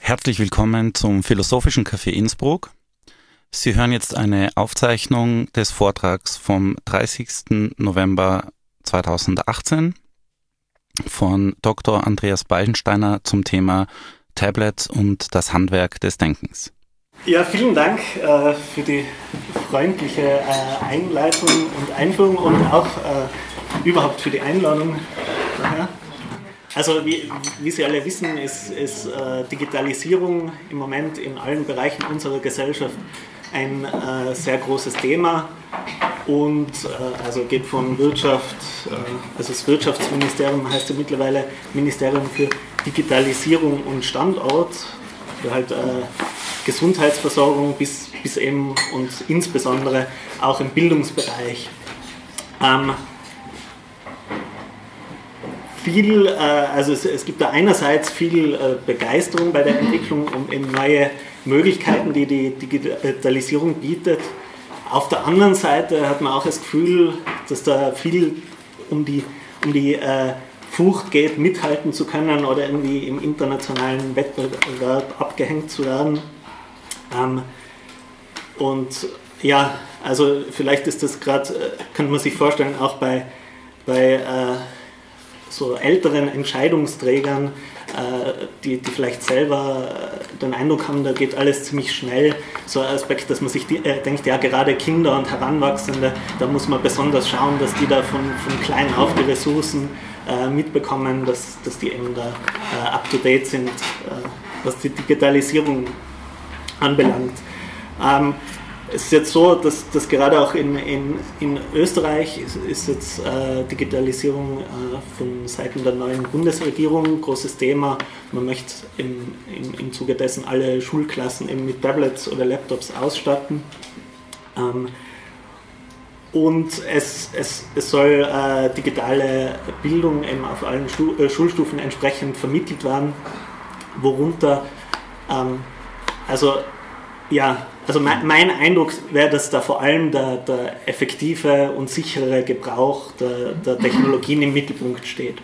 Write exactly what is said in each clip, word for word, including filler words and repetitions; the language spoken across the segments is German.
Herzlich willkommen zum Philosophischen Café Innsbruck. Sie hören jetzt eine Aufzeichnung des Vortrags vom dreißigsten November zweitausendachtzehn von Doktor Andreas Ballensteiner zum Thema Tablets und das Handwerk des Denkens. Ja, vielen Dank äh, für die freundliche äh, Einleitung und Einführung und auch äh, überhaupt für die Einladung daher. Also wie, wie Sie alle wissen, ist, ist äh, Digitalisierung im Moment in allen Bereichen unserer Gesellschaft ein äh, sehr großes Thema und äh, also geht von Wirtschaft, äh, also das Wirtschaftsministerium heißt ja mittlerweile Ministerium für Digitalisierung und Standort, für halt äh, Gesundheitsversorgung bis, bis eben und insbesondere auch im Bildungsbereich. Ähm, Viel, also es, es gibt da einerseits viel Begeisterung bei der Entwicklung um eben neue Möglichkeiten, die die Digitalisierung bietet. Auf der anderen Seite hat man auch das Gefühl, dass da viel um die, um die äh, Furcht geht, mithalten zu können oder irgendwie im internationalen Wettbewerb abgehängt zu werden. Ähm, und ja, also vielleicht ist das gerade, könnte man sich vorstellen, auch bei, bei äh, so älteren Entscheidungsträgern, äh, die, die vielleicht selber äh, den Eindruck haben, da geht alles ziemlich schnell. So ein Aspekt, dass man sich die, äh, denkt, ja gerade Kinder und Heranwachsende, da muss man besonders schauen, dass die da von, von klein auf die Ressourcen äh, mitbekommen, dass, dass die eben da äh, up-to-date sind, äh, was die Digitalisierung anbelangt. Ähm, Es ist jetzt so, dass, dass gerade auch in, in, in Österreich ist, ist jetzt äh, Digitalisierung äh, von Seiten der neuen Bundesregierung ein großes Thema. Man möchte im, im, im Zuge dessen alle Schulklassen eben mit Tablets oder Laptops ausstatten. Ähm, und es, es, es soll äh, digitale Bildung eben auf allen Stu- äh, Schulstufen entsprechend vermittelt werden, worunter ähm, also ja, also mein, mein Eindruck wäre, dass da vor allem der, der effektive und sichere Gebrauch der, der Technologien im Mittelpunkt steht.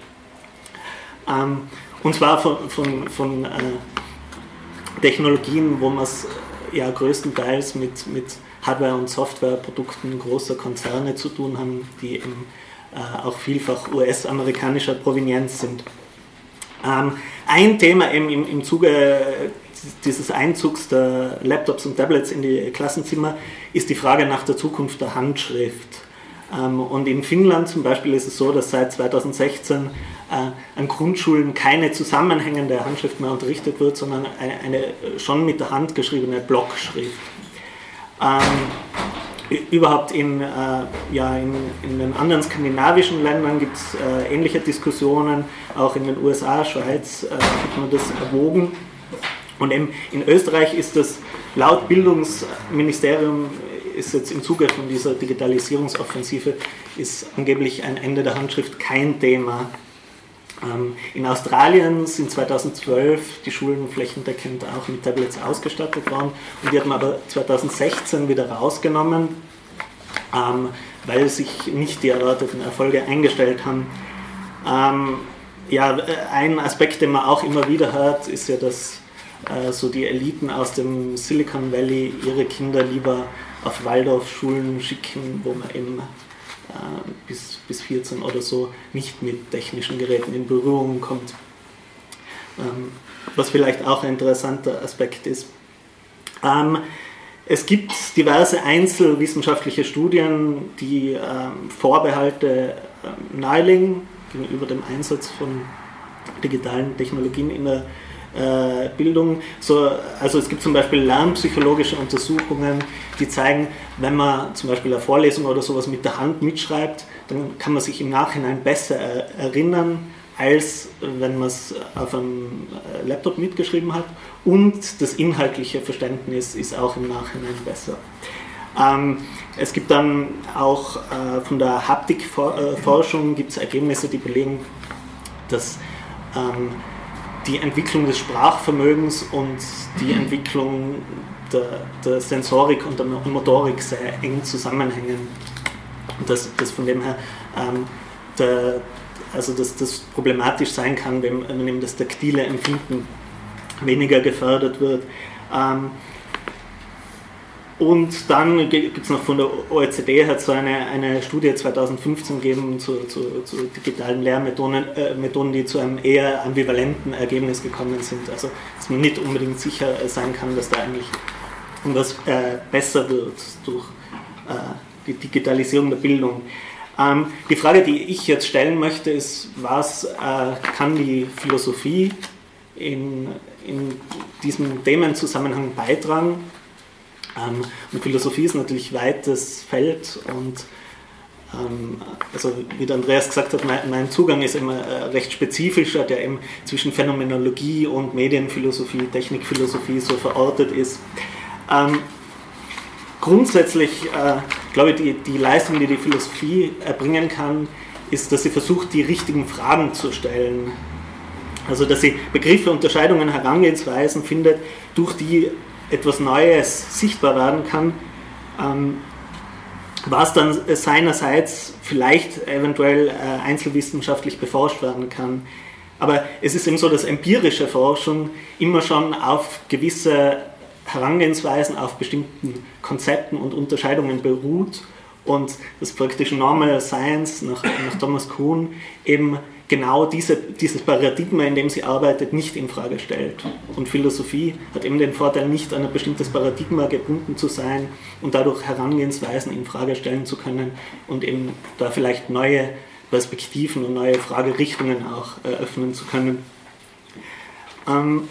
Ähm, und zwar von, von, von äh, Technologien, wo man es ja größtenteils mit, mit Hardware- und Softwareprodukten großer Konzerne zu tun haben, die eben, äh, auch vielfach U S-amerikanischer Provenienz sind. Ähm, ein Thema eben im, im Zuge dieses Einzugs der Laptops und Tablets in die Klassenzimmer ist die Frage nach der Zukunft der Handschrift. Und in Finnland zum Beispiel ist es so, dass seit zweitausendsechzehn an Grundschulen keine zusammenhängende Handschrift mehr unterrichtet wird, sondern eine, eine schon mit der Hand geschriebene Blockschrift. Ähm, überhaupt in, äh, ja, in, in den anderen skandinavischen Ländern gibt es äh, ähnliche Diskussionen, auch in den U S A, Schweiz äh, hat man das erwogen. Und eben in Österreich ist das laut Bildungsministerium, ist jetzt im Zuge von dieser Digitalisierungsoffensive, ist angeblich ein Ende der Handschrift kein Thema. Ähm, in Australien sind zweitausendzwölf die Schulen flächendeckend auch mit Tablets ausgestattet worden und die hat man aber zweitausendsechzehn wieder rausgenommen, ähm, weil sich nicht die erwarteten Erfolge eingestellt haben. Ähm, ja, ein Aspekt, den man auch immer wieder hört, ist ja, dass so die Eliten aus dem Silicon Valley ihre Kinder lieber auf Waldorfschulen schicken, wo man eben äh, bis, bis vierzehn oder so nicht mit technischen Geräten in Berührung kommt. Ähm, was vielleicht auch ein interessanter Aspekt ist. Ähm, es gibt diverse einzelwissenschaftliche Studien, die ähm, Vorbehalte äh, nahelegen gegenüber dem Einsatz von digitalen Technologien in der Bildung. So, also es gibt zum Beispiel lernpsychologische Untersuchungen, die zeigen, wenn man zum Beispiel eine Vorlesung oder sowas mit der Hand mitschreibt, dann kann man sich im Nachhinein besser erinnern, als wenn man es auf einem Laptop mitgeschrieben hat. Und das inhaltliche Verständnis ist auch im Nachhinein besser. Ähm, es gibt dann auch äh, von der Haptikforschung gibt es Ergebnisse, die belegen, dass ähm, die Entwicklung des Sprachvermögens und die Entwicklung der, der Sensorik und der Motorik sehr eng zusammenhängen. Und dass das von dem her ähm, der, also dass das problematisch sein kann, wenn man eben das taktile Empfinden weniger gefördert wird. Ähm, Und dann gibt es noch von der O E C D, hat so eine, eine Studie zweitausendfünfzehn gegeben zu, zu, zu digitalen Lehrmethoden, äh, Methoden, die zu einem eher ambivalenten Ergebnis gekommen sind. Also dass man nicht unbedingt sicher sein kann, dass da eigentlich irgendwas äh, besser wird durch äh, die Digitalisierung der Bildung. Ähm, die Frage, die ich jetzt stellen möchte, ist, was äh, kann die Philosophie in, in diesem Themenzusammenhang beitragen? Ähm, und Philosophie ist natürlich weites Feld und ähm, also wie der Andreas gesagt hat, mein, mein Zugang ist immer äh, recht spezifischer, der eben zwischen Phänomenologie und Medienphilosophie, Technikphilosophie so verortet ist. Ähm, grundsätzlich äh, glaube ich, die, die Leistung, die die Philosophie erbringen kann, ist, dass sie versucht, die richtigen Fragen zu stellen. Also dass sie Begriffe, Unterscheidungen, Herangehensweisen findet, durch die etwas Neues sichtbar werden kann, ähm, was dann seinerseits vielleicht eventuell äh, einzelwissenschaftlich beforscht werden kann. Aber es ist eben so, dass empirische Forschung immer schon auf gewisse Herangehensweisen, auf bestimmten Konzepten und Unterscheidungen beruht und das praktisch Normal Science nach, nach Thomas Kuhn eben genau diese, dieses Paradigma, in dem sie arbeitet, nicht in Frage stellt. Und Philosophie hat eben den Vorteil, nicht an ein bestimmtes Paradigma gebunden zu sein und dadurch Herangehensweisen in Frage stellen zu können und eben da vielleicht neue Perspektiven und neue Fragerichtungen auch eröffnen zu können. Ähm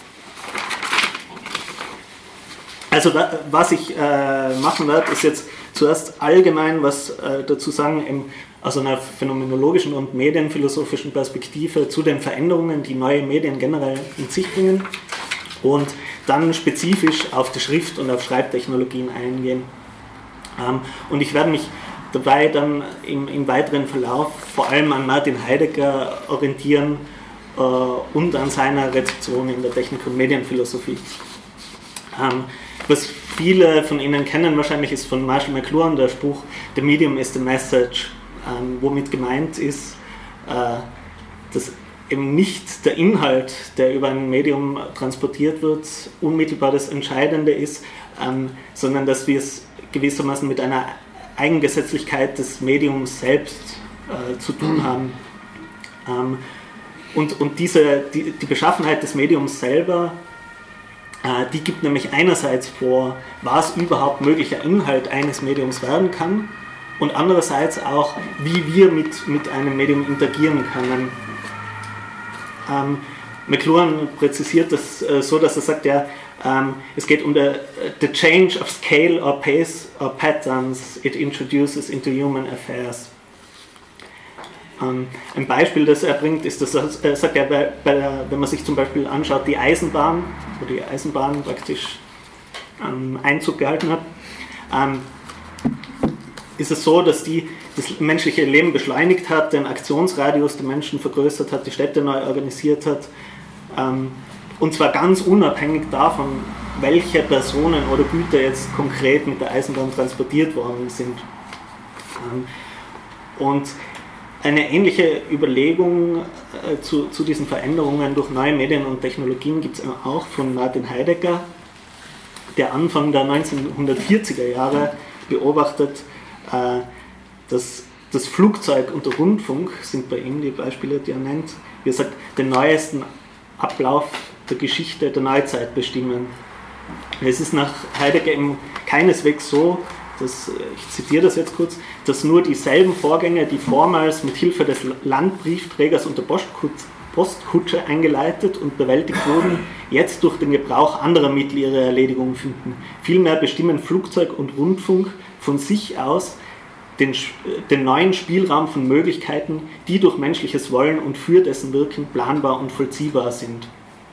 also was ich äh, machen werde, ist jetzt zuerst allgemein was äh, dazu sagen, im aus einer phänomenologischen und medienphilosophischen Perspektive zu den Veränderungen, die neue Medien generell mit sich bringen und dann spezifisch auf die Schrift- und auf Schreibtechnologien eingehen. Ähm, und ich werde mich dabei dann im, im weiteren Verlauf vor allem an Martin Heidegger orientieren äh, und an seiner Rezeption in der Technik- und Medienphilosophie. Ähm, was viele von Ihnen kennen wahrscheinlich ist von Marshall McLuhan der Spruch "The medium is the message", Ähm, womit gemeint ist, äh, dass eben nicht der Inhalt, der über ein Medium transportiert wird, unmittelbar das Entscheidende ist, ähm, sondern dass wir es gewissermaßen mit einer Eigengesetzlichkeit des Mediums selbst äh, zu tun haben. Ähm, und und diese, die, die Beschaffenheit des Mediums selber, äh, die gibt nämlich einerseits vor, was überhaupt möglicher Inhalt eines Mediums werden kann, und andererseits auch, wie wir mit, mit einem Medium interagieren können. Ähm, McLuhan präzisiert das äh, so, dass er sagt, ja, ähm, es geht um the, the change of scale or pace or patterns it introduces into human affairs. Ähm, ein Beispiel, das er bringt, ist, dass er äh, sagt, ja, bei, bei der, wenn man sich zum Beispiel anschaut, die Eisenbahn, wo die Eisenbahn praktisch ähm, Einzug gehalten hat, ähm, ist es so, dass die das menschliche Leben beschleunigt hat, den Aktionsradius der Menschen vergrößert hat, die Städte neu organisiert hat, ähm, und zwar ganz unabhängig davon, welche Personen oder Güter jetzt konkret mit der Eisenbahn transportiert worden sind. Ähm, und eine ähnliche Überlegung äh, zu, zu diesen Veränderungen durch neue Medien und Technologien gibt es auch von Martin Heidegger, der Anfang der neunzehnhundertvierziger Jahre beobachtet, dass das Flugzeug und der Rundfunk sind bei ihm die Beispiele, die er nennt, wie er sagt, den neuesten Ablauf der Geschichte der Neuzeit bestimmen. Es ist nach Heidegger eben keineswegs so, dass, ich zitiere das jetzt kurz, dass nur dieselben Vorgänge, die vormals mit Hilfe des Landbriefträgers und der Postkutsche eingeleitet und bewältigt wurden, jetzt durch den Gebrauch anderer Mittel ihre Erledigung finden. Vielmehr bestimmen Flugzeug und Rundfunk von sich aus den, den neuen Spielraum von Möglichkeiten, die durch menschliches Wollen und für dessen Wirken planbar und vollziehbar sind.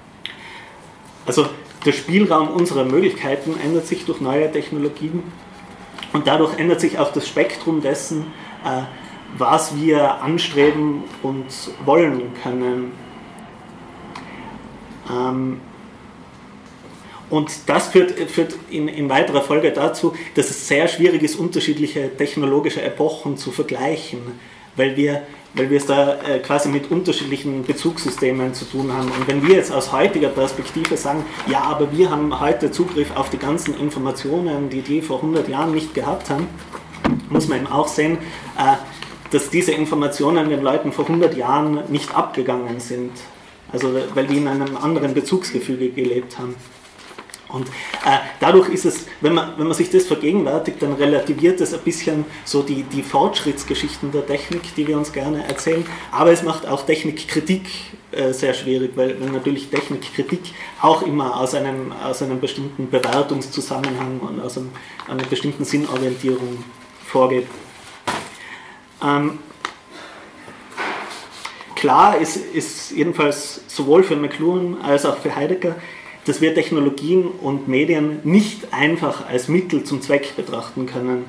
Also der Spielraum unserer Möglichkeiten ändert sich durch neue Technologien und dadurch ändert sich auch das Spektrum dessen, äh, was wir anstreben und wollen können. Ähm, Und das führt, führt in, in weiterer Folge dazu, dass es sehr schwierig ist, unterschiedliche technologische Epochen zu vergleichen, weil wir, weil wir es da äh, quasi mit unterschiedlichen Bezugssystemen zu tun haben. Und wenn wir jetzt aus heutiger Perspektive sagen, ja, aber wir haben heute Zugriff auf die ganzen Informationen, die die vor hundert Jahren nicht gehabt haben, muss man eben auch sehen, äh, dass diese Informationen den Leuten vor hundert Jahren nicht abgegangen sind. Also weil die in einem anderen Bezugsgefüge gelebt haben. Und äh, dadurch ist es, wenn man, wenn man sich das vergegenwärtigt, dann relativiert es ein bisschen so die, die Fortschrittsgeschichten der Technik, die wir uns gerne erzählen. Aber es macht auch Technikkritik äh, sehr schwierig, weil, weil natürlich Technikkritik auch immer aus einem, aus einem bestimmten Bewertungszusammenhang und aus einem, einer bestimmten Sinnorientierung vorgeht. Ähm, klar ist, ist jedenfalls sowohl für McLuhan als auch für Heidegger, dass wir Technologien und Medien nicht einfach als Mittel zum Zweck betrachten können.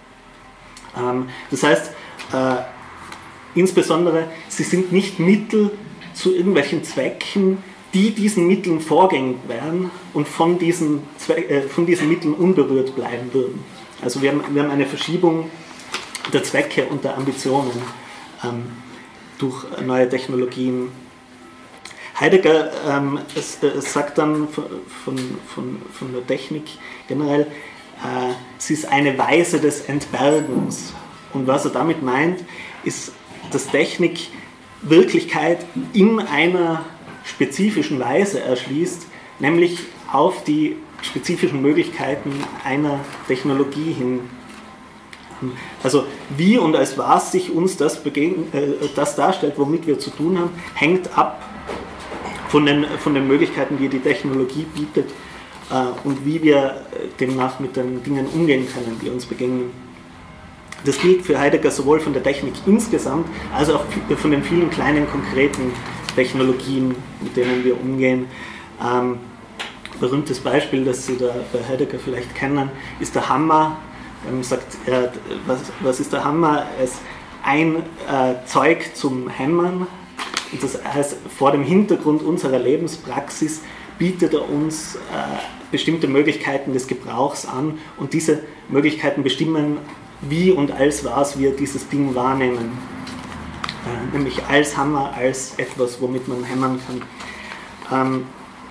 Ähm, das heißt, äh, insbesondere, sie sind nicht Mittel zu irgendwelchen Zwecken, die diesen Mitteln vorgängig wären und von diesen, Zwe- äh, von diesen Mitteln unberührt bleiben würden. Also wir haben, wir haben eine Verschiebung der Zwecke und der Ambitionen ähm, durch neue Technologien. Heidegger ähm, es, es sagt dann von, von, von der Technik generell, äh, sie ist eine Weise des Entbergens. Und was er damit meint, ist, dass Technik Wirklichkeit in einer spezifischen Weise erschließt, nämlich auf die spezifischen Möglichkeiten einer Technologie hin. Also wie und als was sich uns das, begegn, äh, das darstellt, womit wir zu tun haben, hängt ab von den, von den Möglichkeiten, die die Technologie bietet äh, und wie wir demnach mit den Dingen umgehen können, die uns begegnen. Das gilt für Heidegger sowohl von der Technik insgesamt, als auch von den vielen kleinen konkreten Technologien, mit denen wir umgehen. Ähm, berühmtes Beispiel, das Sie da bei Heidegger vielleicht kennen, ist der Hammer. Er sagt, äh, was, was ist der Hammer? Es ist ein äh, Zeug zum Hämmern. Und das heißt, vor dem Hintergrund unserer Lebenspraxis bietet er uns äh, bestimmte Möglichkeiten des Gebrauchs an und diese Möglichkeiten bestimmen, wie und als was wir dieses Ding wahrnehmen. Äh, nämlich als Hammer, als etwas, womit man hämmern kann. Ähm,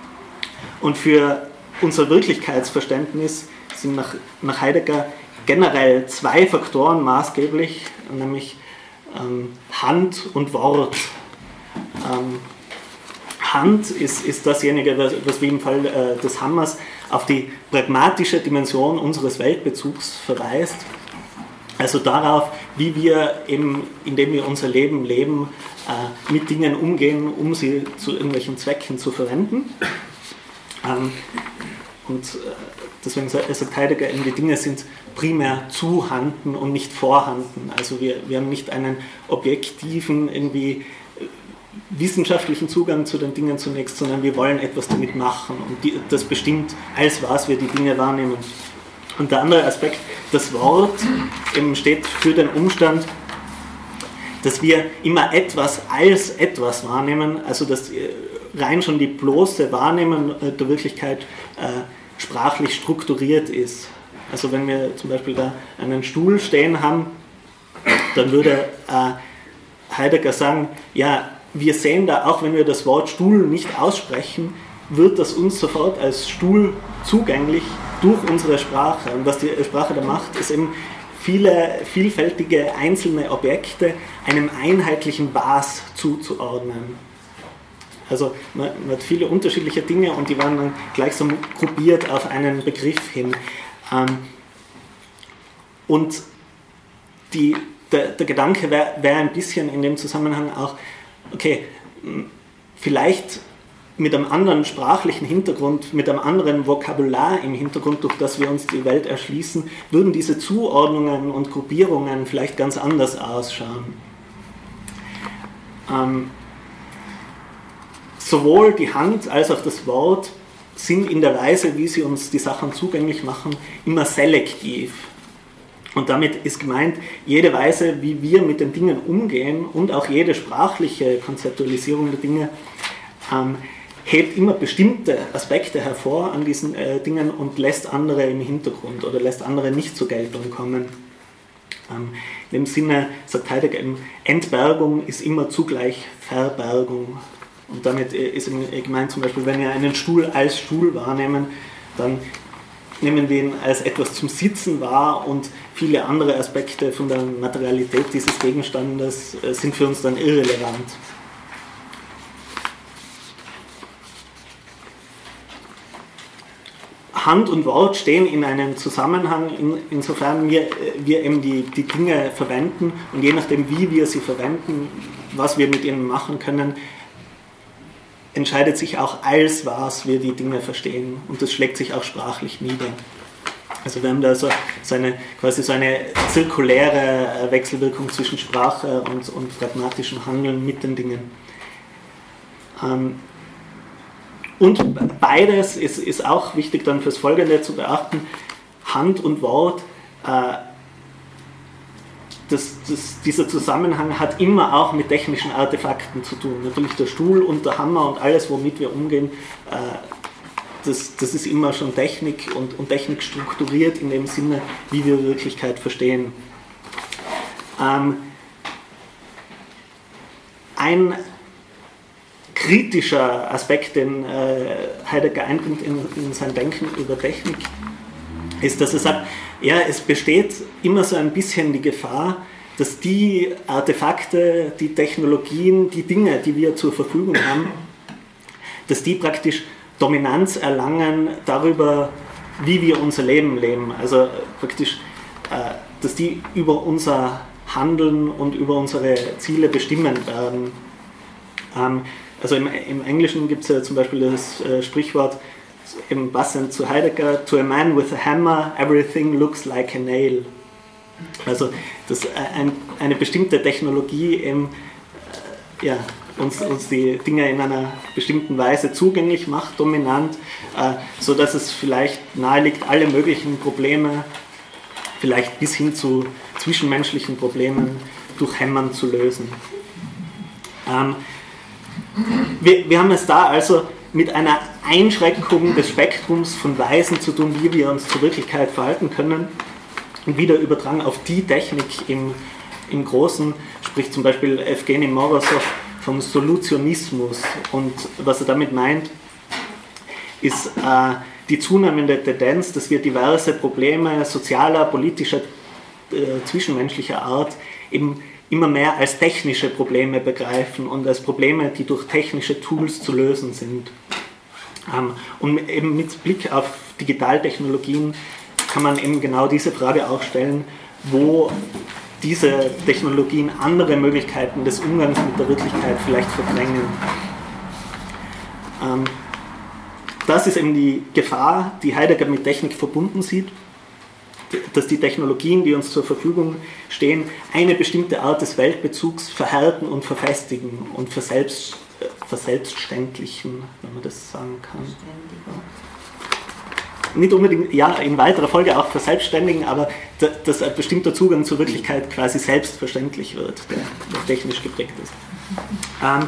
und für unser Wirklichkeitsverständnis sind nach, nach Heidegger generell zwei Faktoren maßgeblich, nämlich ähm, Hand und Wort. Ähm, Hand ist, ist dasjenige, was, was wie im Fall äh, des Hammers auf die pragmatische Dimension unseres Weltbezugs verweist. Also darauf, wie wir, eben, indem wir unser Leben leben, äh, mit Dingen umgehen, um sie zu irgendwelchen Zwecken zu verwenden. Ähm, und äh, deswegen sagt Heidegger, die Dinge sind primär zuhanden und nicht vorhanden. Also wir, wir haben nicht einen objektiven, irgendwie wissenschaftlichen Zugang zu den Dingen zunächst, sondern wir wollen etwas damit machen und die, das bestimmt, als was wir die Dinge wahrnehmen. Und der andere Aspekt, das Wort eben steht für den Umstand, dass wir immer etwas als etwas wahrnehmen, also dass rein schon die bloße Wahrnehmung der Wirklichkeit äh, sprachlich strukturiert ist. Also wenn wir zum Beispiel da einen Stuhl stehen haben, dann würde äh, Heidegger sagen, ja, wir sehen da, auch wenn wir das Wort Stuhl nicht aussprechen, wird das uns sofort als Stuhl zugänglich durch unsere Sprache. Und was die Sprache da macht, ist eben viele vielfältige einzelne Objekte einem einheitlichen Was zuzuordnen. Also man, man hat viele unterschiedliche Dinge und die werden dann gleichsam gruppiert auf einen Begriff hin. Ähm, und die, der, der Gedanke wäre wär ein bisschen in dem Zusammenhang auch, okay, vielleicht mit einem anderen sprachlichen Hintergrund, mit einem anderen Vokabular im Hintergrund, durch das wir uns die Welt erschließen, würden diese Zuordnungen und Gruppierungen vielleicht ganz anders ausschauen. Ähm, sowohl die Hand als auch das Wort sind in der Weise, wie sie uns die Sachen zugänglich machen, immer selektiv. Und damit ist gemeint, jede Weise, wie wir mit den Dingen umgehen und auch jede sprachliche Konzeptualisierung der Dinge ähm, hebt immer bestimmte Aspekte hervor an diesen äh, Dingen und lässt andere im Hintergrund oder lässt andere nicht zur Geltung kommen. Ähm, in dem Sinne sagt Heidegger, Entbergung ist immer zugleich Verbergung. Und damit ist gemeint zum Beispiel, wenn wir einen Stuhl als Stuhl wahrnehmen, dann nehmen wir ihn als etwas zum Sitzen wahr und viele andere Aspekte von der Materialität dieses Gegenstandes sind für uns dann irrelevant. Hand und Wort stehen in einem Zusammenhang, in, insofern wir, wir eben die, die Dinge verwenden und je nachdem, wie wir sie verwenden, was wir mit ihnen machen können, entscheidet sich auch, als was wir die Dinge verstehen und das schlägt sich auch sprachlich nieder. Also wir haben da so, so eine, quasi so eine zirkuläre Wechselwirkung zwischen Sprache und, und pragmatischem Handeln mit den Dingen. Ähm, Und beides ist, ist auch wichtig dann fürs Folgende zu beachten. Hand und Wort, äh, das, das, dieser Zusammenhang hat immer auch mit technischen Artefakten zu tun. Natürlich der Stuhl und der Hammer und alles, womit wir umgehen, äh, das, das ist immer schon Technik und, und Technik strukturiert in dem Sinne, wie wir Wirklichkeit verstehen. Ähm, ein kritischer Aspekt, den äh, Heidegger einbringt in, in sein Denken über Technik, ist, dass er sagt, ja, es besteht immer so ein bisschen die Gefahr, dass die Artefakte, die Technologien, die Dinge, die wir zur Verfügung haben, dass die praktisch Dominanz erlangen darüber, wie wir unser Leben leben. Also praktisch, äh, dass die über unser Handeln und über unsere Ziele bestimmen werden. Ähm, Also im, im Englischen gibt es ja zum Beispiel das äh, Sprichwort, im passend zu Heidegger, to a man with a hammer, everything looks like a nail. Also, dass ein, eine bestimmte Technologie eben, äh, ja, uns, uns die Dinge in einer bestimmten Weise zugänglich macht, dominant, äh, sodass es vielleicht naheliegt, alle möglichen Probleme, vielleicht bis hin zu zwischenmenschlichen Problemen, durch Hämmern zu lösen. Ähm, Wir, wir haben es da also mit einer Einschränkung des Spektrums von Weisen zu tun, wie wir uns zur Wirklichkeit verhalten können und wieder übertragen auf die Technik im, im Großen, spricht zum Beispiel Evgeny Morozov vom Solutionismus und was er damit meint, ist äh, die zunehmende Tendenz, dass wir diverse Probleme sozialer, politischer, äh, zwischenmenschlicher Art eben immer mehr als technische Probleme begreifen und als Probleme, die durch technische Tools zu lösen sind. Und eben mit Blick auf Digitaltechnologien kann man eben genau diese Frage auch stellen, wo diese Technologien andere Möglichkeiten des Umgangs mit der Wirklichkeit vielleicht verdrängen. Das ist eben die Gefahr, die Heidegger mit Technik verbunden sieht, dass die Technologien, die uns zur Verfügung stehen, eine bestimmte Art des Weltbezugs verhärten und verfestigen und verselbst, äh, verselbstständlichen, wenn man das sagen kann. Nicht unbedingt, ja, in weiterer Folge auch verselbstständigen, aber da, dass ein bestimmter Zugang zur Wirklichkeit quasi selbstverständlich wird, der, der technisch geprägt ist. Ähm,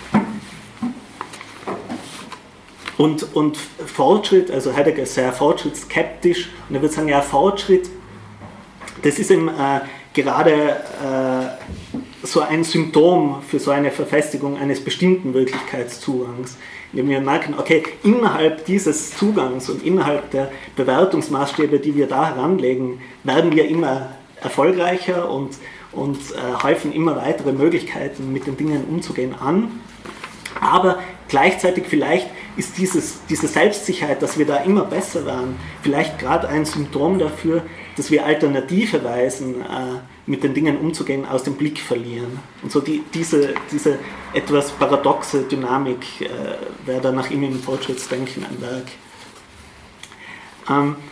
Und, und Fortschritt, also Heidegger ist sehr fortschrittsskeptisch und er würde sagen, ja, Fortschritt, das ist eben äh, gerade äh, so ein Symptom für so eine Verfestigung eines bestimmten Wirklichkeitszugangs. Wenn wir merken, okay, innerhalb dieses Zugangs und innerhalb der Bewertungsmaßstäbe, die wir da heranlegen, werden wir immer erfolgreicher und, und äh, häufen immer weitere Möglichkeiten, mit den Dingen umzugehen an. Aber gleichzeitig vielleicht ist dieses, diese Selbstsicherheit, dass wir da immer besser werden, vielleicht gerade ein Symptom dafür, dass wir alternative Weisen, äh, mit den Dingen umzugehen, aus dem Blick verlieren. Und so die, diese, diese etwas paradoxe Dynamik äh, wäre da nach ihm im Fortschrittsdenken ein Werk. Ähm,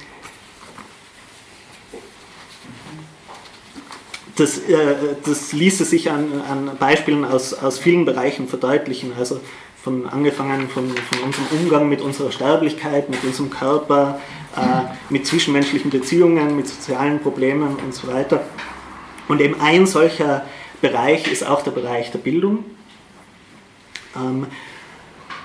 Das, äh, das ließe sich an, an Beispielen aus, aus vielen Bereichen verdeutlichen, also von, angefangen von, von unserem Umgang mit unserer Sterblichkeit, mit unserem Körper, äh, mit zwischenmenschlichen Beziehungen, mit sozialen Problemen und so weiter. Und eben ein solcher Bereich ist auch der Bereich der Bildung. Ähm,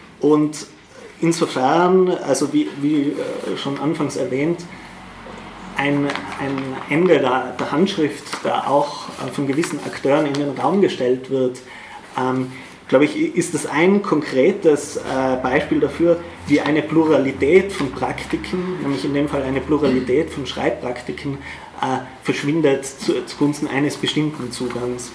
und insofern, also wie, wie schon anfangs erwähnt, ein, ein Ende der, der Handschrift, da auch äh, von gewissen Akteuren in den Raum gestellt wird, ähm, glaube ich, ist das ein konkretes äh, Beispiel dafür, wie eine Pluralität von Praktiken, nämlich in dem Fall eine Pluralität von Schreibpraktiken, äh, verschwindet zu, zugunsten eines bestimmten Zugangs.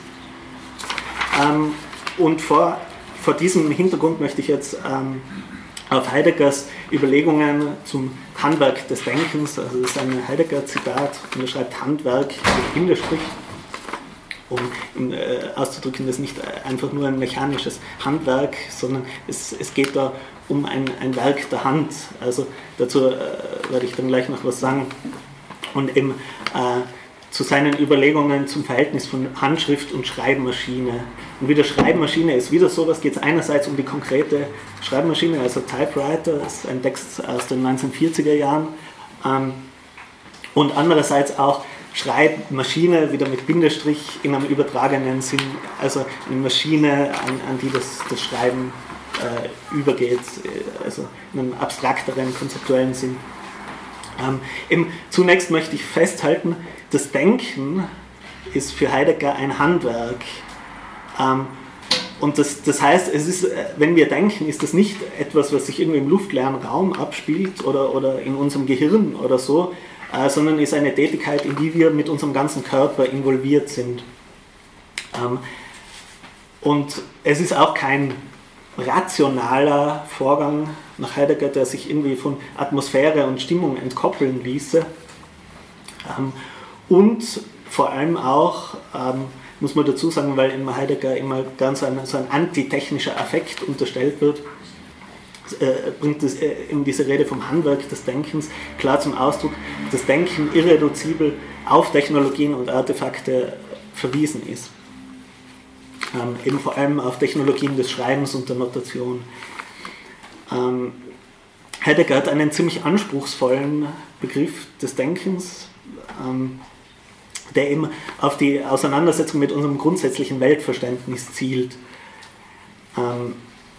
Ähm, und vor, vor diesem Hintergrund möchte ich jetzt ähm, auf Heideggers Überlegungen zum Handwerk des Denkens, also das ist ein Heidegger-Zitat, und er schreibt Handwerk mit Bindestrich, um äh, auszudrücken, das ist nicht einfach nur ein mechanisches Handwerk, sondern es, es geht da um ein, ein Werk der Hand. Also dazu äh, werde ich dann gleich noch was sagen. Und eben äh, zu seinen Überlegungen zum Verhältnis von Handschrift und Schreibmaschine. Und wieder Schreibmaschine ist wieder sowas, geht es einerseits um die konkrete Schreibmaschine, also Typewriter, das ist ein Text aus den neunzehnhundertvierziger Jahren, ähm, und andererseits auch Schreibmaschine, wieder mit Bindestrich in einem übertragenen Sinn, also eine Maschine, an, an die das, das Schreiben äh, übergeht, also in einem abstrakteren, konzeptuellen Sinn. Ähm, eben, zunächst möchte ich festhalten, das Denken ist für Heidegger ein Handwerk. Ähm, und das, das heißt, es ist, wenn wir denken, ist das nicht etwas, was sich irgendwie im luftleeren Raum abspielt oder, oder in unserem Gehirn oder so, äh, sondern ist eine Tätigkeit, in die wir mit unserem ganzen Körper involviert sind. Ähm, und es ist auch kein rationaler Vorgang nach Heidegger, der sich irgendwie von Atmosphäre und Stimmung entkoppeln ließe. Ähm, und vor allem auch, ähm, muss man dazu sagen, weil in Heidegger immer ganz ein, so ein antitechnischer Affekt unterstellt wird, äh, bringt es äh, in diese Rede vom Handwerk des Denkens klar zum Ausdruck, dass das Denken irreduzibel auf Technologien und Artefakte verwiesen ist. Ähm, eben vor allem auf Technologien des Schreibens und der Notation. Ähm, Heidegger hat einen ziemlich anspruchsvollen Begriff des Denkens, ähm, der eben auf die Auseinandersetzung mit unserem grundsätzlichen Weltverständnis zielt. Ähm,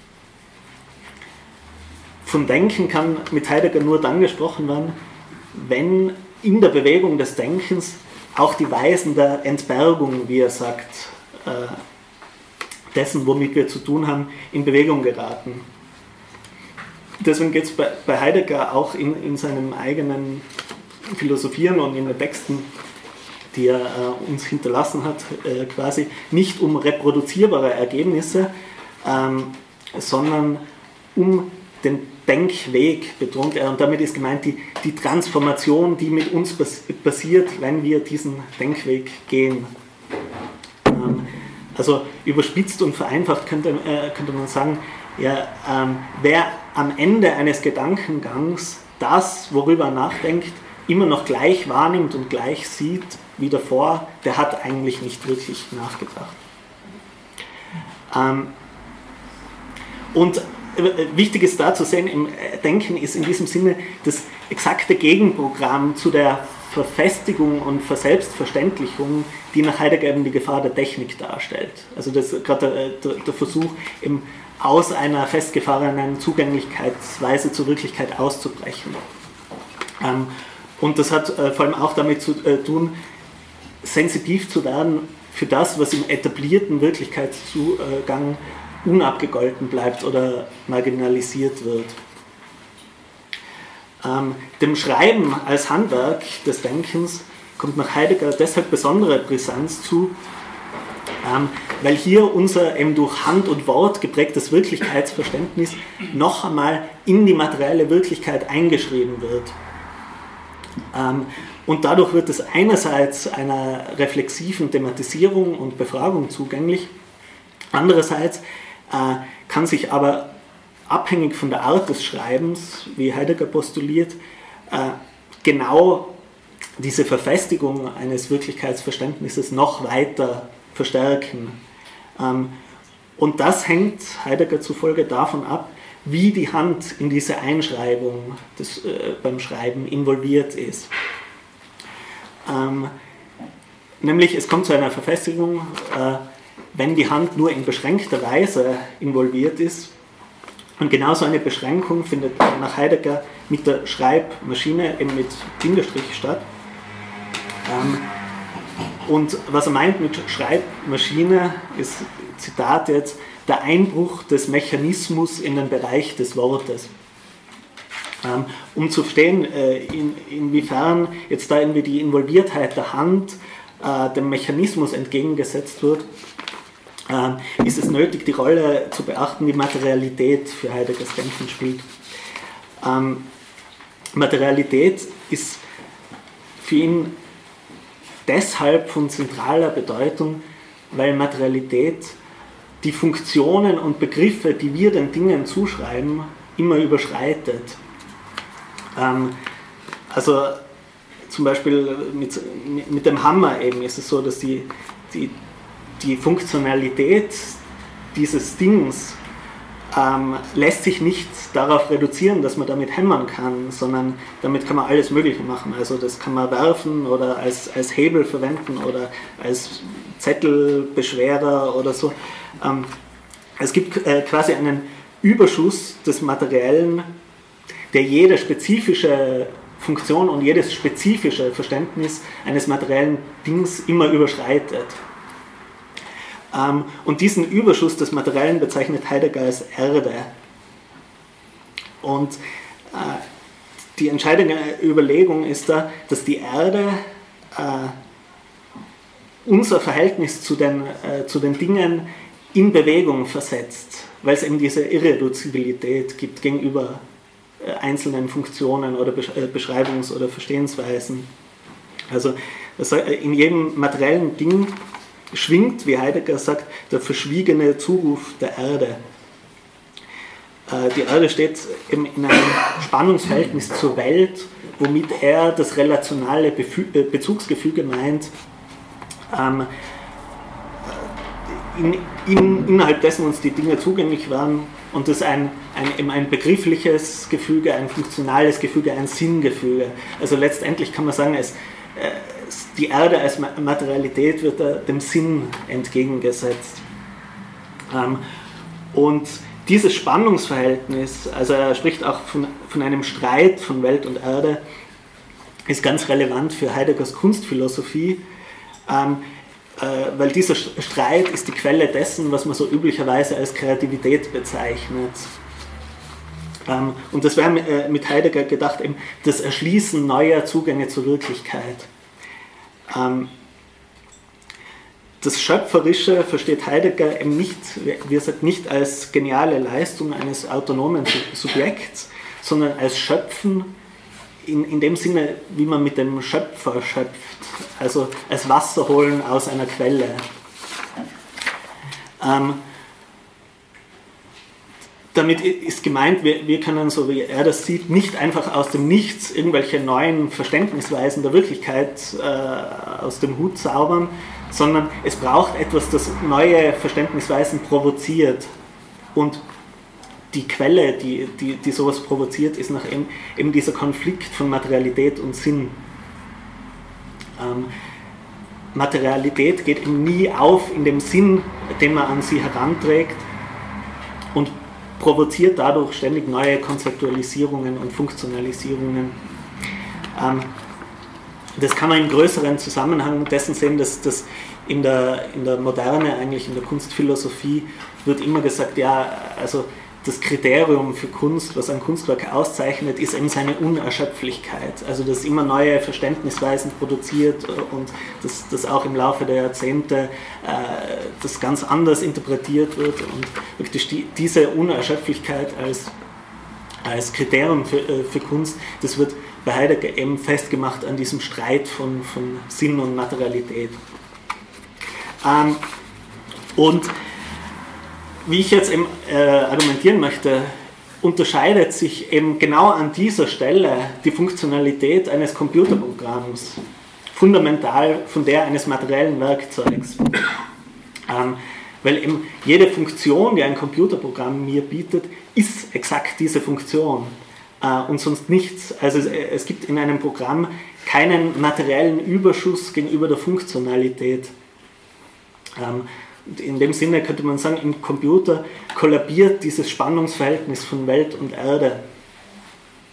von Denken kann mit Heidegger nur dann gesprochen werden, wenn in der Bewegung des Denkens auch die Weisen der Entbergung, wie er sagt, äh, dessen, womit wir zu tun haben, in Bewegung geraten. Deswegen geht es bei, bei Heidegger auch in, in seinem eigenen Philosophieren und in den Texten, die er äh, uns hinterlassen hat, äh, quasi nicht um reproduzierbare Ergebnisse, ähm, sondern um den Denkweg, betont er. Und damit ist gemeint die, die Transformation, die mit uns passiert, wenn wir diesen Denkweg gehen. Ähm, also überspitzt und vereinfacht könnte, äh, könnte man sagen, ja, ähm, wer am Ende eines Gedankengangs das, worüber er nachdenkt, immer noch gleich wahrnimmt und gleich sieht wie davor, der hat eigentlich nicht wirklich nachgedacht. Ähm, und äh, wichtig ist da zu sehen, im Denken ist in diesem Sinne das exakte Gegenprogramm zu der Verfestigung und Verselbstverständlichung, die nach Heidegger eben die Gefahr der Technik darstellt. Also das ist gerade der, der Versuch, eben aus einer festgefahrenen Zugänglichkeitsweise zur Wirklichkeit auszubrechen. Ähm, und das hat äh, vor allem auch damit zu äh, tun, sensitiv zu werden für das, was im etablierten Wirklichkeitszugang unabgegolten bleibt oder marginalisiert wird. Ähm, dem Schreiben als Handwerk des Denkens kommt nach Heidegger deshalb besondere Brisanz zu, ähm, weil hier unser eben durch Hand und Wort geprägtes Wirklichkeitsverständnis noch einmal in die materielle Wirklichkeit eingeschrieben wird. Ähm, und dadurch wird es einerseits einer reflexiven Thematisierung und Befragung zugänglich, andererseits äh, kann sich aber abhängig von der Art des Schreibens, wie Heidegger postuliert, äh, genau diese Verfestigung eines Wirklichkeitsverständnisses noch weiter verstärken. Ähm, und das hängt Heidegger zufolge davon ab, wie die Hand in diese Einschreibung des, äh, beim Schreiben involviert ist. Ähm, nämlich es kommt zu einer Verfestigung, äh, wenn die Hand nur in beschränkter Weise involviert ist. Und genauso eine Beschränkung findet nach Heidegger mit der Schreibmaschine, eben mit Bindestrich statt. Ähm, und was er meint mit Schreibmaschine ist, Zitat jetzt, der Einbruch des Mechanismus in den Bereich des Wortes. Ähm, um zu verstehen, äh, in, inwiefern jetzt da irgendwie die Involviertheit der Hand äh, dem Mechanismus entgegengesetzt wird, äh, ist es nötig, die Rolle zu beachten, die Materialität für Heideggers Denken spielt. Ähm, Materialität ist für ihn deshalb von zentraler Bedeutung, weil Materialität die Funktionen und Begriffe, die wir den Dingen zuschreiben, immer überschreitet. Ähm, also zum Beispiel mit, mit dem Hammer eben ist es so, dass die, die, die Funktionalität dieses Dings ähm, lässt sich nicht darauf reduzieren, dass man damit hämmern kann, sondern damit kann man alles Mögliche machen. Also das kann man werfen oder als, als Hebel verwenden oder als Zettelbeschwerer oder so. Ähm, es gibt äh, quasi einen Überschuss des Materiellen, der jede spezifische Funktion und jedes spezifische Verständnis eines materiellen Dings immer überschreitet. Ähm, und diesen Überschuss des Materiellen bezeichnet Heidegger als Erde. Und äh, die entscheidende Überlegung ist da, dass die Erde äh, unser Verhältnis zu den, äh, zu den Dingen in Bewegung versetzt, weil es eben diese Irreduzibilität gibt gegenüber äh, einzelnen Funktionen oder Besch- äh, Beschreibungs- oder Verstehensweisen. Also das, äh, in jedem materiellen Ding schwingt, wie Heidegger sagt, der verschwiegene Zuruf der Erde. Äh, die Erde steht eben in einem Spannungsverhältnis zur Welt, womit er das relationale Befü- äh, Bezugsgefüge meint, ähm, in, in, innerhalb dessen uns die Dinge zugänglich waren, und das ein, ein, eben ein begriffliches Gefüge, ein funktionales Gefüge, ein Sinngefüge. Also letztendlich kann man sagen, es, äh, die Erde als Materialität wird da dem Sinn entgegengesetzt. Ähm, und dieses Spannungsverhältnis, also er spricht auch von, von einem Streit von Welt und Erde, ist ganz relevant für Heideggers Kunstphilosophie, ähm, äh, weil dieser Streit ist die Quelle dessen, was man so üblicherweise als Kreativität bezeichnet. Ähm, und das wäre äh, mit Heidegger gedacht, eben das Erschließen neuer Zugänge zur Wirklichkeit. Ähm, das Schöpferische versteht Heidegger eben nicht, wie er sagt, nicht als geniale Leistung eines autonomen Subjekts, sondern als Schöpfen in, in dem Sinne, wie man mit dem Schöpfer schöpft, also als Wasser holen aus einer Quelle. Ähm, damit ist gemeint, wir, wir können, so wie er das sieht, nicht einfach aus dem Nichts irgendwelche neuen Verständnisweisen der Wirklichkeit äh, aus dem Hut zaubern, sondern es braucht etwas, das neue Verständnisweisen provoziert. Und die Quelle, die, die, die sowas provoziert, ist nach eben, eben dieser Konflikt von Materialität und Sinn. Ähm, Materialität geht eben nie auf in dem Sinn, den man an sie heranträgt, und provoziert dadurch ständig neue Konzeptualisierungen und Funktionalisierungen. Ähm, das kann man im größeren Zusammenhang dessen sehen, dass, dass in, der, in der Moderne, eigentlich in der Kunstphilosophie, wird immer gesagt, ja, also das Kriterium für Kunst, was ein Kunstwerk auszeichnet, ist eben seine Unerschöpflichkeit. Also dass immer neue Verständnisweisen produziert und dass das auch im Laufe der Jahrzehnte äh, das ganz anders interpretiert wird, und wirklich die, diese Unerschöpflichkeit als, als Kriterium für, äh, für Kunst, das wird bei Heidegger eben festgemacht an diesem Streit von, von Sinn und Materialität. Ähm, und wie ich jetzt eben äh, argumentieren möchte, unterscheidet sich eben genau an dieser Stelle die Funktionalität eines Computerprogramms fundamental von der eines materiellen Werkzeugs. Ähm, weil eben jede Funktion, die ein Computerprogramm mir bietet, ist exakt diese Funktion äh, und sonst nichts. Also es, es gibt in einem Programm keinen materiellen Überschuss gegenüber der Funktionalität. Ähm, In dem Sinne könnte man sagen, im Computer kollabiert dieses Spannungsverhältnis von Welt und Erde.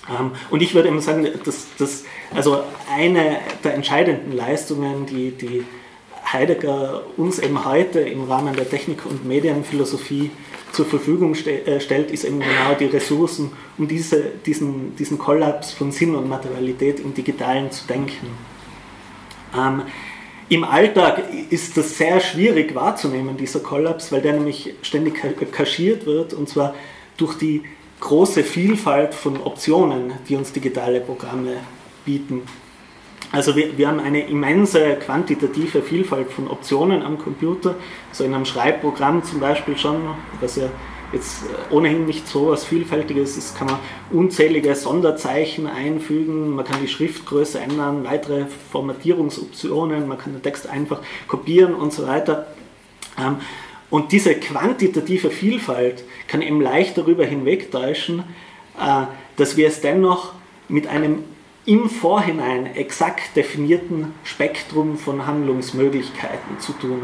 Ähm, und ich würde eben sagen, dass, dass also eine der entscheidenden Leistungen, die, die Heidegger uns eben heute im Rahmen der Technik- und Medienphilosophie zur Verfügung ste- äh, stellt, ist eben genau die Ressourcen, um diese, diesen, diesen Kollaps von Sinn und Materialität im Digitalen zu denken. Ähm, Im Alltag ist das sehr schwierig wahrzunehmen, dieser Kollaps, weil der nämlich ständig kaschiert wird, und zwar durch die große Vielfalt von Optionen, die uns digitale Programme bieten. Also wir, wir haben eine immense quantitative Vielfalt von Optionen am Computer, so in einem Schreibprogramm zum Beispiel schon, was ja jetzt ohnehin nicht so was Vielfältiges ist, kann man unzählige Sonderzeichen einfügen, man kann die Schriftgröße ändern, weitere Formatierungsoptionen, man kann den Text einfach kopieren und so weiter. Und diese quantitative Vielfalt kann eben leicht darüber hinwegtäuschen, dass wir es dennoch mit einem im Vorhinein exakt definierten Spektrum von Handlungsmöglichkeiten zu tun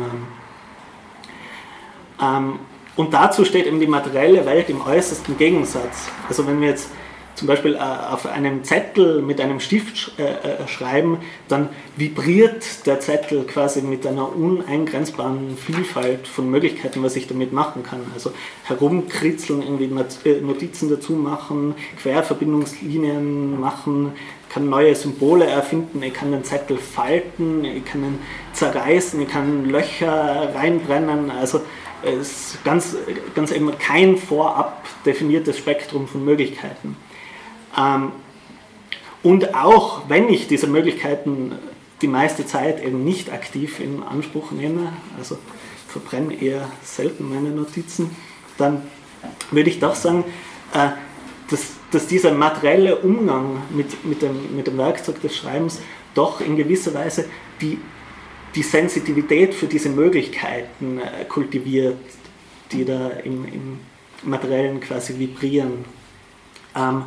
haben. Und dazu steht eben die materielle Welt im äußersten Gegensatz. Also wenn wir jetzt zum Beispiel auf einem Zettel mit einem Stift schreiben, dann vibriert der Zettel quasi mit einer uneingrenzbaren Vielfalt von Möglichkeiten, was ich damit machen kann. Also herumkritzeln, irgendwie Notizen dazu machen, Querverbindungslinien machen, ich kann neue Symbole erfinden, ich kann den Zettel falten, ich kann ihn zerreißen, ich kann Löcher reinbrennen. Also es ist ganz, ganz eben kein vorab definiertes Spektrum von Möglichkeiten. Ähm, und auch wenn ich diese Möglichkeiten die meiste Zeit eben nicht aktiv in Anspruch nehme, also verbrenne eher selten meine Notizen, dann würde ich doch sagen, äh, dass, dass dieser materielle Umgang mit, mit, dem, mit dem Werkzeug des Schreibens doch in gewisser Weise die, die Sensitivität für diese Möglichkeiten äh, kultiviert, die da im, im Materiellen quasi vibrieren. Ähm,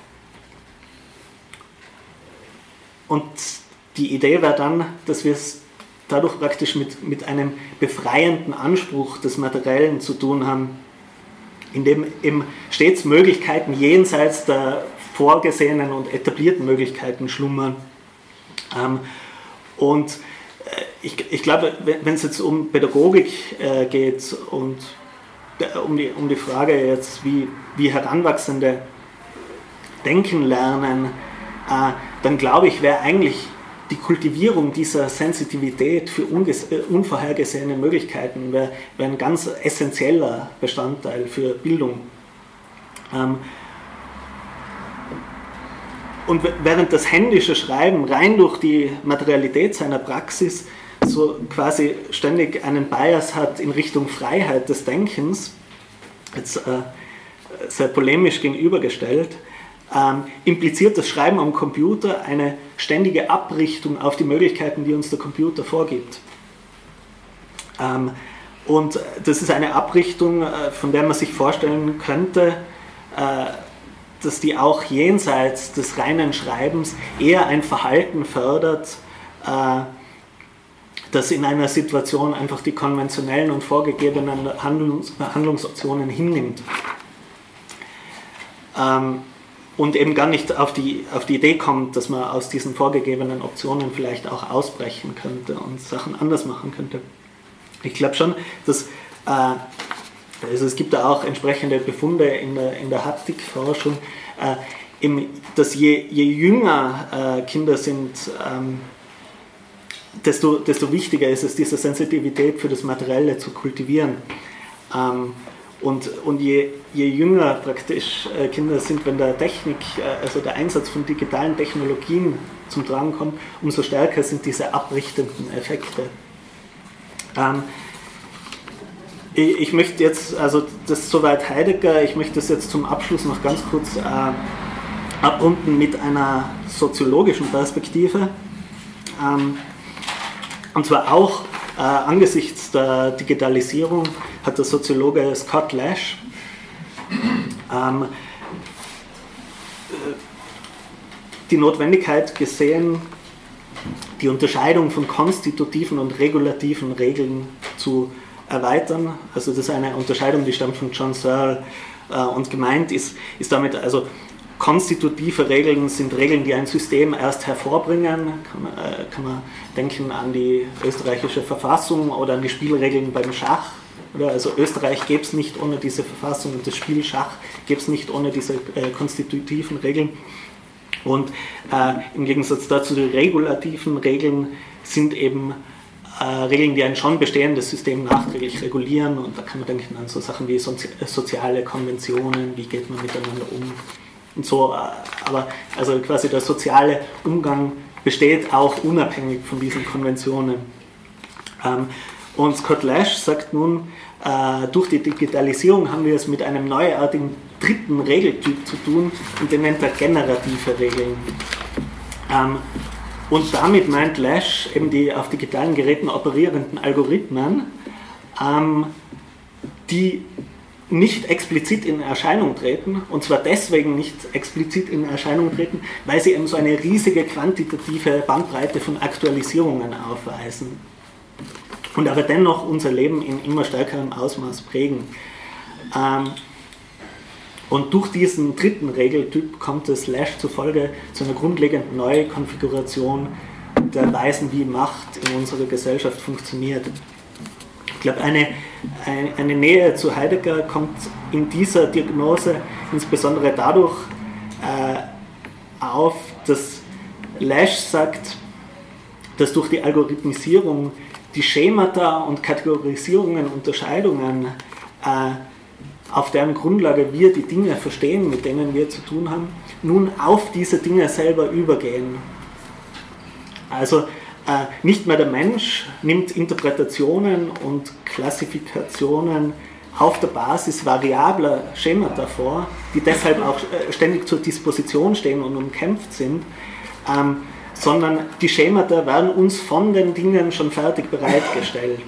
und die Idee wäre dann, dass wir es dadurch praktisch mit, mit einem befreienden Anspruch des Materiellen zu tun haben, in dem eben stets Möglichkeiten jenseits der vorgesehenen und etablierten Möglichkeiten schlummern. Ähm, und äh, ich, ich glaube, wenn es jetzt um Pädagogik äh, geht und äh, um, die, um die Frage jetzt, wie, wie Heranwachsende denken lernen, äh, dann glaube ich, wäre eigentlich die Kultivierung dieser Sensitivität für unvorhergesehene Möglichkeiten wäre, wäre ein ganz essentieller Bestandteil für Bildung. Ähm, und während das händische Schreiben rein durch die Materialität seiner Praxis so quasi ständig einen Bias hat in Richtung Freiheit des Denkens, jetzt äh, sehr polemisch gegenübergestellt, Ähm, impliziert das Schreiben am Computer eine ständige Abrichtung auf die Möglichkeiten, die uns der Computer vorgibt. Ähm, und das ist eine Abrichtung, äh, von der man sich vorstellen könnte, äh, dass die auch jenseits des reinen Schreibens eher ein Verhalten fördert, äh, das in einer Situation einfach die konventionellen und vorgegebenen Handlungs- Handlungsoptionen hinnimmt. Ähm, Und eben gar nicht auf die, auf die Idee kommt, dass man aus diesen vorgegebenen Optionen vielleicht auch ausbrechen könnte und Sachen anders machen könnte. Ich glaube schon, dass äh, also es gibt da auch entsprechende Befunde in der, in der Haptikforschung, äh, im, dass je, je jünger äh, Kinder sind, ähm, desto, desto wichtiger ist es, diese Sensitivität für das Materielle zu kultivieren. Ähm, Und, und je, je jünger praktisch äh, Kinder sind, wenn der Technik, äh, also der Einsatz von digitalen Technologien zum Tragen kommt, umso stärker sind diese abrichtenden Effekte. Ähm, ich, ich möchte jetzt, also das ist soweit Heidegger, ich möchte das jetzt zum Abschluss noch ganz kurz äh, abrunden mit einer soziologischen Perspektive. Ähm, und zwar auch Äh, angesichts der Digitalisierung hat der Soziologe Scott Lash ähm, die Notwendigkeit gesehen, die Unterscheidung von konstitutiven und regulativen Regeln zu erweitern. Also das ist eine Unterscheidung, die stammt von John Searle, äh, und gemeint ist, ist damit also konstitutive Regeln sind Regeln, die ein System erst hervorbringen. Kann man, äh, kann man denken an die österreichische Verfassung oder an die Spielregeln beim Schach. Oder also Österreich gäbe es nicht ohne diese Verfassung und das Spiel Schach gäbe es nicht ohne diese äh, konstitutiven Regeln. Und äh, im Gegensatz dazu die regulativen Regeln sind eben äh, Regeln, die ein schon bestehendes System nachträglich regulieren. Und da kann man denken an so Sachen wie sozi- soziale Konventionen, wie geht man miteinander um und so. Aber also quasi der soziale Umgang besteht auch unabhängig von diesen Konventionen. Ähm, und Scott Lash sagt nun, äh, durch die Digitalisierung haben wir es mit einem neuartigen dritten Regeltyp zu tun und den nennt er generative Regeln. Ähm, und damit meint Lash eben die auf digitalen Geräten operierenden Algorithmen, ähm, die nicht explizit in Erscheinung treten, und zwar deswegen nicht explizit in Erscheinung treten, weil sie eben so eine riesige quantitative Bandbreite von Aktualisierungen aufweisen und aber dennoch unser Leben in immer stärkerem Ausmaß prägen. Ähm, und durch diesen dritten Regeltyp kommt es Lash zufolge zu einer grundlegenden Neukonfiguration der Weisen, wie Macht in unserer Gesellschaft funktioniert. Ich glaube, eine, eine Nähe zu Heidegger kommt in dieser Diagnose insbesondere dadurch äh, auf, dass Lash sagt, dass durch die Algorithmisierung die Schemata und Kategorisierungen, Unterscheidungen, äh, auf deren Grundlage wir die Dinge verstehen, mit denen wir zu tun haben, nun auf diese Dinge selber übergehen. Also äh, nicht mehr der Mensch nimmt Interpretationen und Klassifikationen auf der Basis variabler Schemata vor, die deshalb auch äh, ständig zur Disposition stehen und umkämpft sind, ähm, sondern die Schemata werden uns von den Dingen schon fertig bereitgestellt.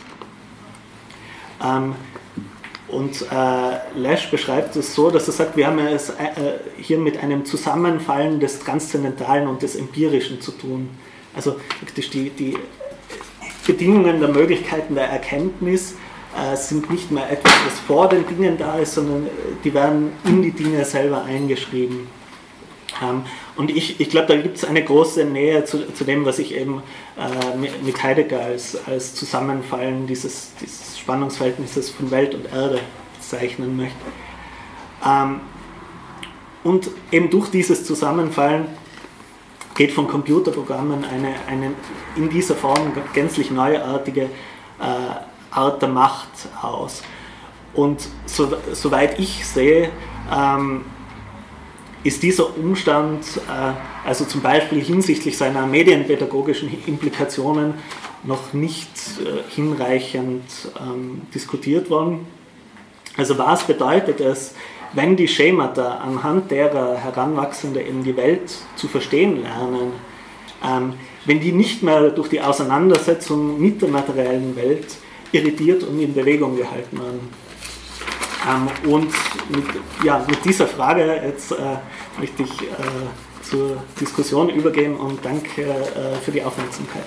Ähm, und äh, Lash beschreibt es so, dass er sagt, wir haben es äh, hier mit einem Zusammenfallen des Transzendentalen und des Empirischen zu tun. Also praktisch die, die Bedingungen der Möglichkeiten der Erkenntnis äh, sind nicht mehr etwas, was vor den Dingen da ist, sondern die werden in die Dinge selber eingeschrieben. Ähm, und ich, ich glaube, da gibt es eine große Nähe zu, zu dem, was ich eben äh, mit, mit Heidegger als, als Zusammenfallen dieses, dieses Spannungsverhältnisses von Welt und Erde bezeichnen möchte. Ähm, und eben durch dieses Zusammenfallen geht von Computerprogrammen eine, eine in dieser Form gänzlich neuartige äh, Art der Macht aus. Und so, soweit ich sehe, ähm, ist dieser Umstand, äh, also zum Beispiel hinsichtlich seiner medienpädagogischen Implikationen, noch nicht äh, hinreichend ähm, diskutiert worden. Also was bedeutet es, wenn die Schemata, anhand derer Heranwachsende eben die Welt zu verstehen lernen, ähm, wenn die nicht mehr durch die Auseinandersetzung mit der materiellen Welt irritiert und in Bewegung gehalten werden. Ähm, und mit, ja, mit dieser Frage jetzt äh, möchte ich äh, zur Diskussion übergehen und danke äh, für die Aufmerksamkeit.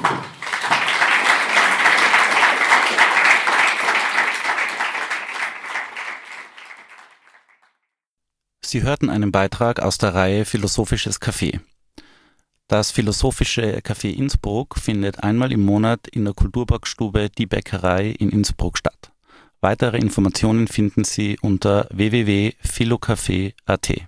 Sie hörten einen Beitrag aus der Reihe Philosophisches Café. Das Philosophische Café Innsbruck findet einmal im Monat in der Kulturbackstube Die Bäckerei in Innsbruck statt. Weitere Informationen finden Sie unter w w w punkt philocafé punkt a t.